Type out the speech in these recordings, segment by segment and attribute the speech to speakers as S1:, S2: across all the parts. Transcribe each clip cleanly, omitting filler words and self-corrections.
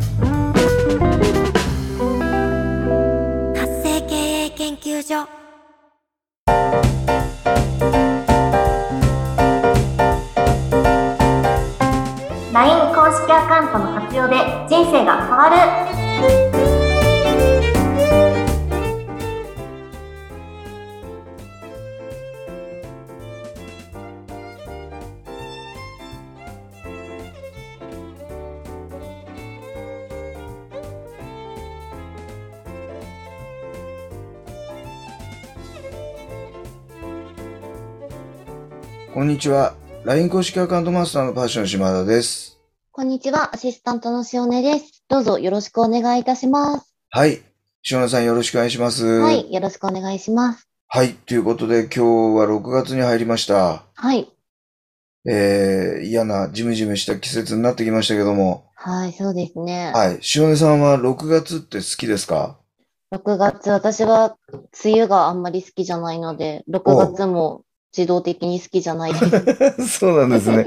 S1: 活性経営研究所。LINE 公式アカウントの活用で人生が変わる。
S2: こんにちは。LINE 公式アカウントマスターのパッション島田です。
S3: こんにちは。アシスタントの塩根です。どうぞよろしくお願いいたします。
S2: はい。塩根さんよろしくお願いします。
S3: はい。よろしくお願いします。
S2: はい。ということで今日は6月に入りました。
S3: はい。
S2: 嫌なジメジメした季節になってきましたけども。
S3: はい、そうですね。
S2: はい。塩根さんは6月って好きですか
S3: ？6月、私は梅雨があんまり好きじゃないので、6月も自動的に好きじゃないで
S2: す。そうなんですね。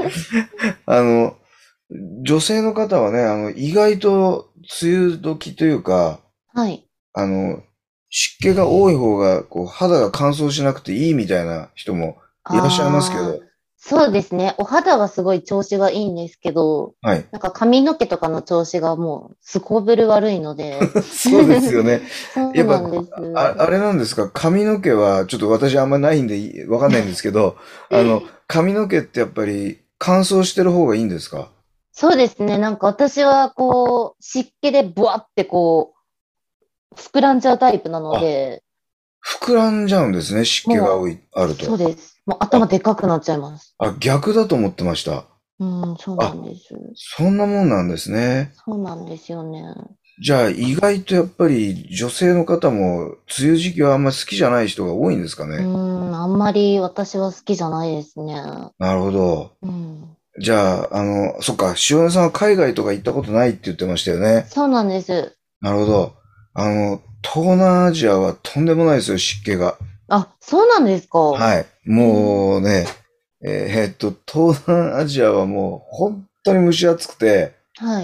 S2: 女性の方はね、意外と梅雨時というか、
S3: はい。
S2: 湿気が多い方が、肌が乾燥しなくていいみたいな人もいらっしゃいますけど。
S3: そうですね。お肌はすごい調子がいいんですけど、
S2: はい。
S3: なんか髪の毛とかの調子がもうすこぶる悪いので。
S2: そうですよね。
S3: そう
S2: やっ
S3: なんです。
S2: ぱ、あれなんですか、髪の毛は、ちょっと私あんまないんでわかんないんですけど、髪の毛ってやっぱり乾燥してる方がいいんですか？
S3: そうですね。なんか私は湿気でブワって膨らんじゃうタイプなので、
S2: 膨らんじゃうんですね、湿気があると。
S3: そうです。もう頭でかくなっちゃいます。
S2: 逆だと思ってました。
S3: そうなんです。
S2: そんなもんなんですね。
S3: そうなんですよね。
S2: じゃあ意外とやっぱり女性の方も梅雨時期はあんま好きじゃない人が多いんですかね。
S3: あんまり私は好きじゃないですね。
S2: なるほど。じゃあ、そっか、塩根さんは海外とか行ったことないって言ってましたよね。
S3: そうなんです。
S2: なるほど。東南アジアはとんでもないですよ、湿気が。
S3: あ、そうなんですか。
S2: はい。もうね、東南アジアはもう本当に蒸し暑くて、
S3: はい。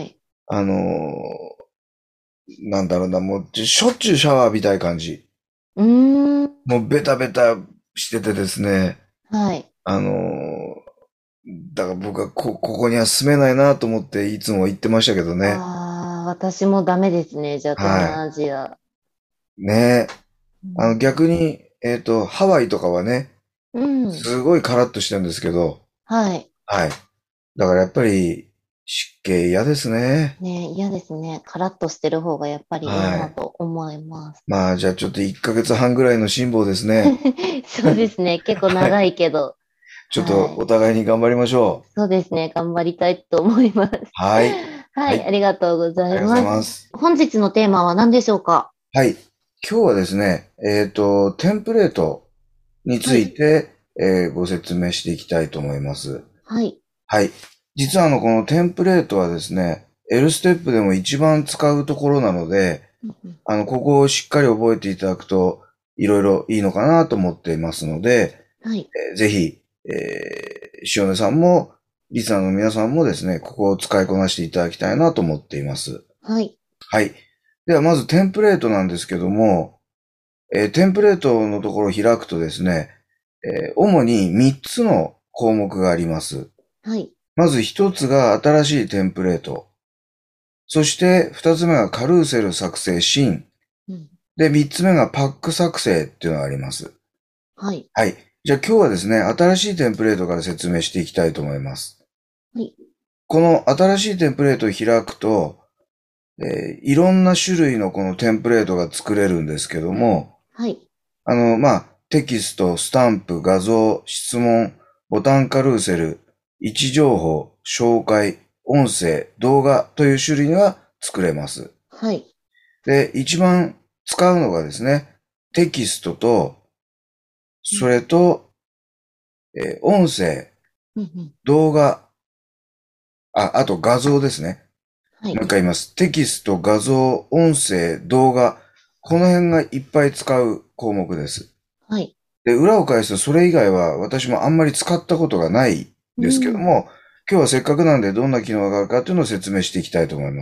S2: なんだろうな、もうしょっちゅうシャワー浴びたい感じ。
S3: うーん。
S2: もうベタベタしててですね、
S3: はい。
S2: あのーだから僕はここには住めないなと思っていつも言ってましたけどね。
S3: 私もダメですね。じゃあ、東
S2: は
S3: 南アジア。
S2: い。ねえ。逆に、ハワイとかはね、
S3: うん。
S2: すごいカラッとしてるんですけど、
S3: はい。
S2: はい。だからやっぱり湿気嫌ですね。
S3: ね、嫌ですね。カラッとしてる方がやっぱりいい
S2: はい。
S3: なと思います。
S2: まあ、じゃあちょっと1ヶ月半ぐらいの辛抱ですね。
S3: そうですね。結構
S2: はい。
S3: 長いけど。
S2: ちょっと
S3: はい。
S2: お互いに頑張りましょう。
S3: そうですね。頑張りたいと思います。
S2: はい。
S3: はい。
S2: はい。
S3: ありがとうござ
S2: ありがとうござい
S3: います。
S2: ます。
S3: 本日のテーマは何でしょうか？
S2: はい。今日はですね、テンプレートにつ
S3: はい。
S2: いて、ご説明していきたいと思います。
S3: はい。
S2: はい。実はこのテンプレートはですね、L ステップでも一番使うところなので、ここをしっかり覚えていただくと、いろいろいいのかなと思っていますので、
S3: はい。
S2: ぜひ、塩根さんも、リスナーの皆さんもですね、ここを使いこなしていただきたいなと思っています。
S3: はい。
S2: はい。では、まずテンプレートなんですけども、テンプレートのところを開くとですね、主に3つの項目があります。
S3: はい。
S2: まず1つが新しいテンプレート。そして2つ目がカルーセル作成新。で、3つ目がパック作成っていうのがあります。
S3: はい。
S2: はい。じゃあ今日はですね、新しいテンプレートから説明していきたいと思います。
S3: はい。
S2: この新しいテンプレートを開くと、いろんな種類のこのテンプレートが作れるんですけども、
S3: はい。
S2: テキスト、スタンプ、画像、質問、ボタンカルーセル、位置情報、紹介、音声、動画という種類が作れます。
S3: はい。
S2: で、一番使うのがですね、テキストと、それと、音声、動画、あと画像ですね。
S3: はい。
S2: もう一回言います。テキスト、画像、音声、動画、この辺がいっぱい使う項目です。
S3: はい。
S2: で、裏を返すとそれ以外は私もあんまり使ったことがないんですけども、今日はせっかくなんでどんな機能があるかっていうのを説明していきたいと思います。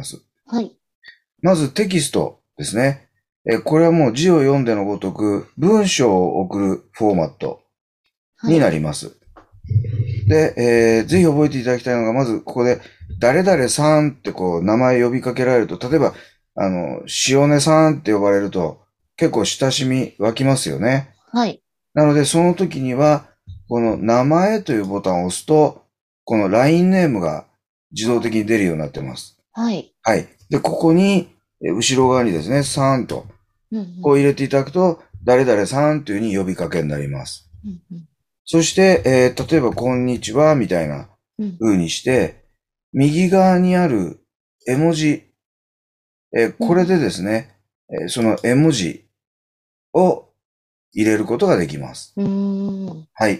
S3: はい。
S2: まずテキストですね。これはもう字を読んでのごとく文章を送るフォーマットに
S3: はい。
S2: なります。で、ぜひ覚えていただきたいのが、まずここで、誰々さんってこう名前呼びかけられると、例えば、塩根さんって呼ばれると、結構親しみ湧きますよね。
S3: はい。
S2: なので、その時には、この名前というボタンを押すと、この LINE ネームが自動的に出るようになってます。
S3: はい。
S2: はい。で、ここに、後ろ側にですね、さんと、
S3: うんうん
S2: こう入れていただくと、誰々さんというふうに呼びかけになります。
S3: うんうん
S2: そして、例えば、こんにちは、みたいな
S3: うん
S2: 風にして、右側にある絵文字、これでですね、その絵文字を入れることができます。
S3: うーん。
S2: はい。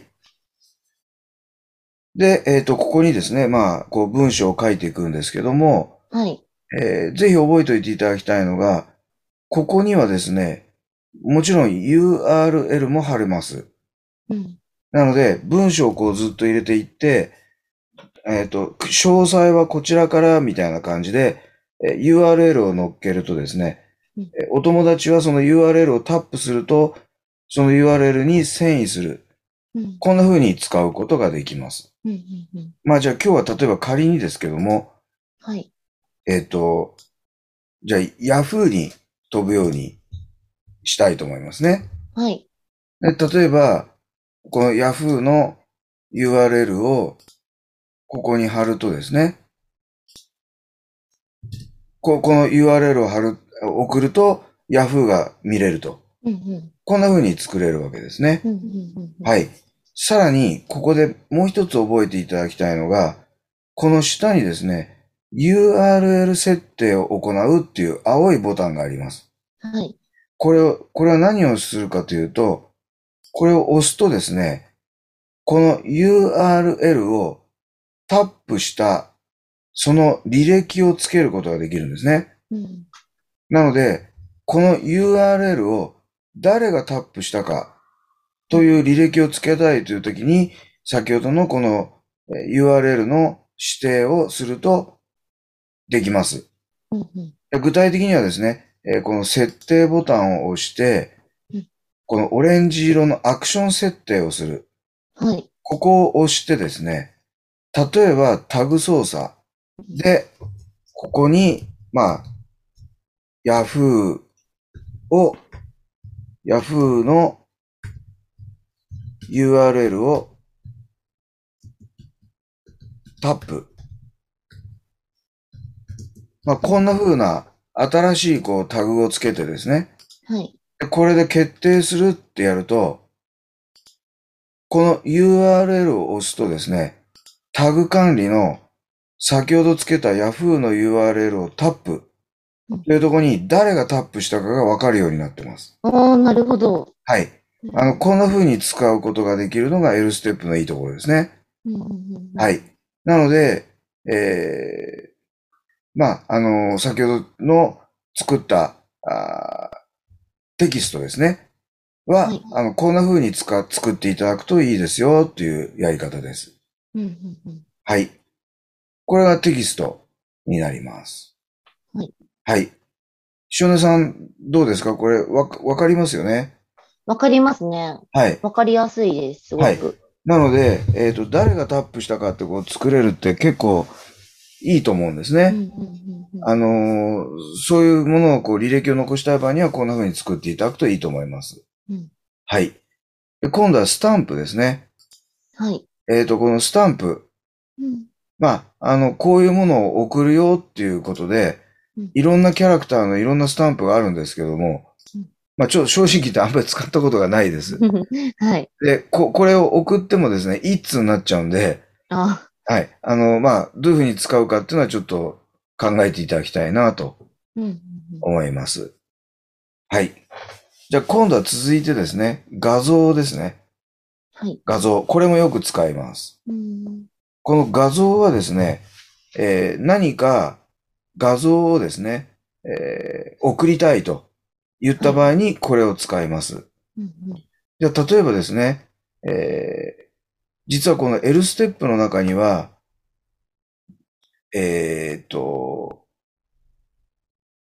S2: で、ここにですね、まあ、こう文章を書いていくんですけども、
S3: はい。
S2: ぜひ覚えておいていただきたいのが、ここにはですね、もちろん URL も貼れます。
S3: うん。
S2: なので、文章をこうずっと入れていって、詳細はこちらからみたいな感じで、URL を乗っけるとですね、
S3: うん
S2: お友達はその URL をタップすると、その URL に遷移する。
S3: うん
S2: こんな風に使うことができます。
S3: うんうんうん。
S2: まあじゃあ今日は例えば仮にですけども、
S3: はい。
S2: えっと、じゃあ Yahoo に飛ぶようにしたいと思いますね。
S3: はい。
S2: で例えば、この Yahoo の URL をここに貼るとですね、この URL を送ると Yahoo が見れると。
S3: うんうん
S2: こんな風に作れるわけですね。
S3: うんうんうんうん。
S2: はい。さらに、ここでもう一つ覚えていただきたいのが、この下にですね、URL 設定を行うっていう青いボタンがあります。
S3: はい。
S2: これは何をするかというと、これを押すとですね、この URL をタップしたその履歴をつけることができるんですね。
S3: うん
S2: なので、この URL を誰がタップしたかという履歴をつけたいというときに、先ほどのこの URL の指定をするとできます。
S3: うんうん
S2: 具体的にはですね、この設定ボタンを押して、
S3: うん
S2: このオレンジ色のアクション設定をする。
S3: はい。
S2: ここを押してですね、例えばタグ操作で、ここに、まあ、Yahoo を、Yahoo の URL をタップ。まあ、こんな風な新しいこうタグをつけてですね。
S3: はい。
S2: これで決定するってやると、この URL を押すとですね、タグ管理の先ほどつけた Yahoo の URL をタップというところに誰がタップしたかがわかるようになってます。
S3: ああ、なるほど。
S2: はい。こんな風に使うことができるのが L ステップのいいところですね。
S3: うんうんうん
S2: はい。なので、えまあ、先ほどの作ったテキストですね。は、
S3: はい。
S2: こんな風に作っていただくといいですよっていうやり方です。
S3: うんうんうん
S2: はい。これがテキストになります。
S3: はい。
S2: はい。塩根さん、どうですかこれ、わかりますよね。
S3: わかりますね。
S2: はい。
S3: わかりやすいです、す
S2: はい。
S3: ごく。
S2: なので、誰がタップしたかってこう作れるって結構いいと思うんですね。
S3: うんうんうん
S2: そういうものをこう履歴を残したい場合にはこんな風に作っていただくといいと思います。
S3: うん
S2: はい。で今度はスタンプですね。
S3: はい。
S2: このスタンプ。
S3: うん
S2: まあ、こういうものを送るよっていうことで、
S3: うん
S2: いろんなキャラクターのいろんなスタンプがあるんですけども、
S3: うん
S2: まあ、正直言ってあんまり使ったことがないです。
S3: はい。
S2: で、これを送ってもですね、一通になっちゃうんで、
S3: あ、
S2: はい。まあ、どういうふうに使うかっていうのはちょっと考えていただきたいなと
S3: うんうんうん
S2: 思います。はい。じゃあ今度は続いてですね、画像ですね。
S3: はい。
S2: 画像。これもよく使います。
S3: うん
S2: この画像はですね、何か画像をですね、送りたいと言った場合にこれを使います。
S3: うんうん
S2: じゃあ例えばですね、実はこの L ステップの中には、えーっと、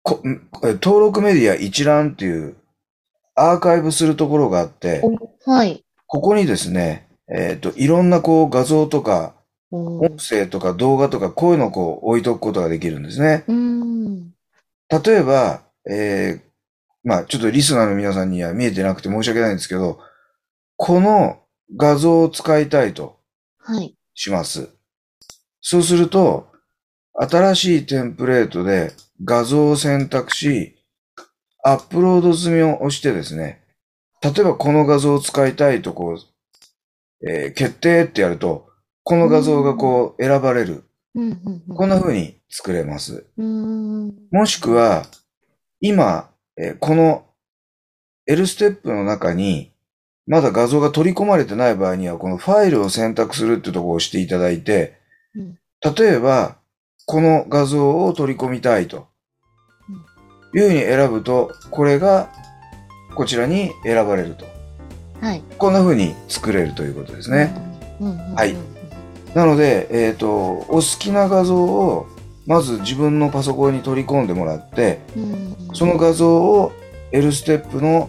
S2: 登録メディア一覧っていうアーカイブするところがあって、
S3: はい。
S2: ここにですね、いろんなこう画像とか、音声とか動画とかこういうのをこう置いとくことができるんですね。例えば、まあちょっとリスナーの皆さんには見えてなくて申し訳ないんですけど、この画像を使いたいとします。そうすると、新しいテンプレートで画像を選択し、アップロード済みを押してですね、例えばこの画像を使いたいとこう、決定ってやると、この画像がこう選ばれる。こんな風に作れます。もしくは、今、この L ステップの中に、まだ画像が取り込まれてない場合には、このファイルを選択するってところを押していただいて、例えば、この画像を取り込みたいというふうに選ぶと、これがこちらに選ばれると。こんな風に作れるということですね。はい。なので、お好きな画像をまず自分のパソコンに取り込んでもらって、その画像を L ステップの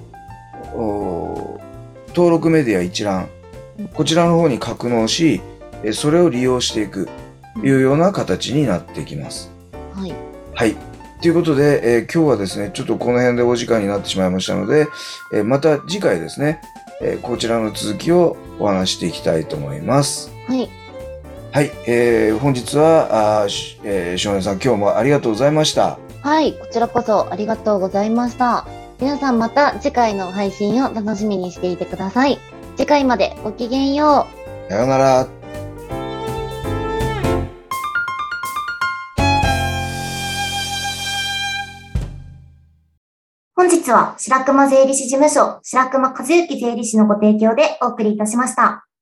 S2: 登録メディア一覧、こちらの方に格納し、それを利用していくというような形になってきます。
S3: はい。
S2: はい。ということで、今日はですね、ちょっとこの辺でお時間になってしまいましたので、また次回ですね、こちらの続きをお話していきたいと思います。
S3: はい。
S2: はい。本日は、しおねさん、今日もありがとうございました。
S3: はい。こちらこそありがとうございました。皆さんまた次回の配信を楽しみにしていてください。次回までごきげんよ
S2: う。さようなら。
S1: 本日は白熊税理士事務所白熊和幸税理士のご提供でお送りいたしました。